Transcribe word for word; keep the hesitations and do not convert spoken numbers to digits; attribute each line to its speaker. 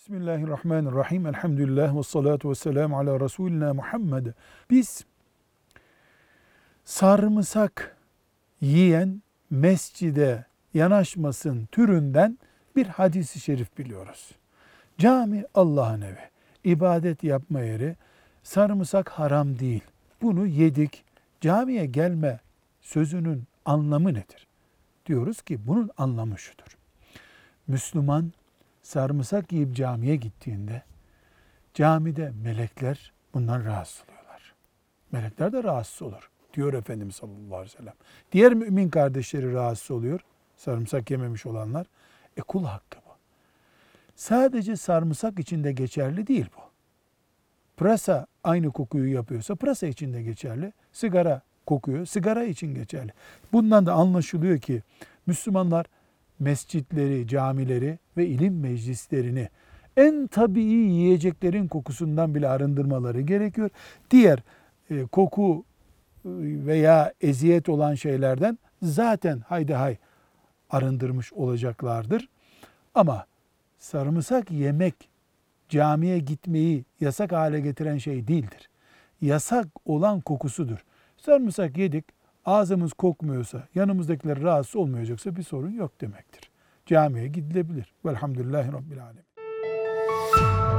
Speaker 1: Bismillahirrahmanirrahim. Elhamdülillah ve salatu ve selamu ala Resulina Muhammed. Biz sarımsak yiyen mescide yanaşmasın türünden bir hadis-i şerif biliyoruz. Cami Allah'ın evi, ibadet yapma yeri, sarımsak haram değil. Bunu yedik, camiye gelme sözünün anlamı nedir? Diyoruz ki bunun anlamı şudur. Müslüman sarımsak yiyip camiye gittiğinde camide melekler bundan rahatsız oluyorlar. Melekler de rahatsız olur diyor Efendimiz sallallahu aleyhi ve sellem. Diğer mümin kardeşleri rahatsız oluyor. Sarımsak yememiş olanlar. E kul hakkı bu. Sadece sarımsak için de geçerli değil bu. Pırasa aynı kokuyu yapıyorsa pırasa için de geçerli. Sigara kokuyor, sigara için geçerli. Bundan da anlaşılıyor ki Müslümanlar mescitleri, camileri ve ilim meclislerini en tabii yiyeceklerin kokusundan bile arındırmaları gerekiyor. Diğer e, koku veya eziyet olan şeylerden zaten haydi hay arındırmış olacaklardır. Ama sarımsak yemek camiye gitmeyi yasak hale getiren şey değildir. Yasak olan kokusudur. Sarımsak yedik, ağzımız kokmuyorsa, yanımızdakiler rahatsız olmayacaksa bir sorun yok demektir. Camiye gidilebilir. Velhamdülillahi Rabbil Alemin.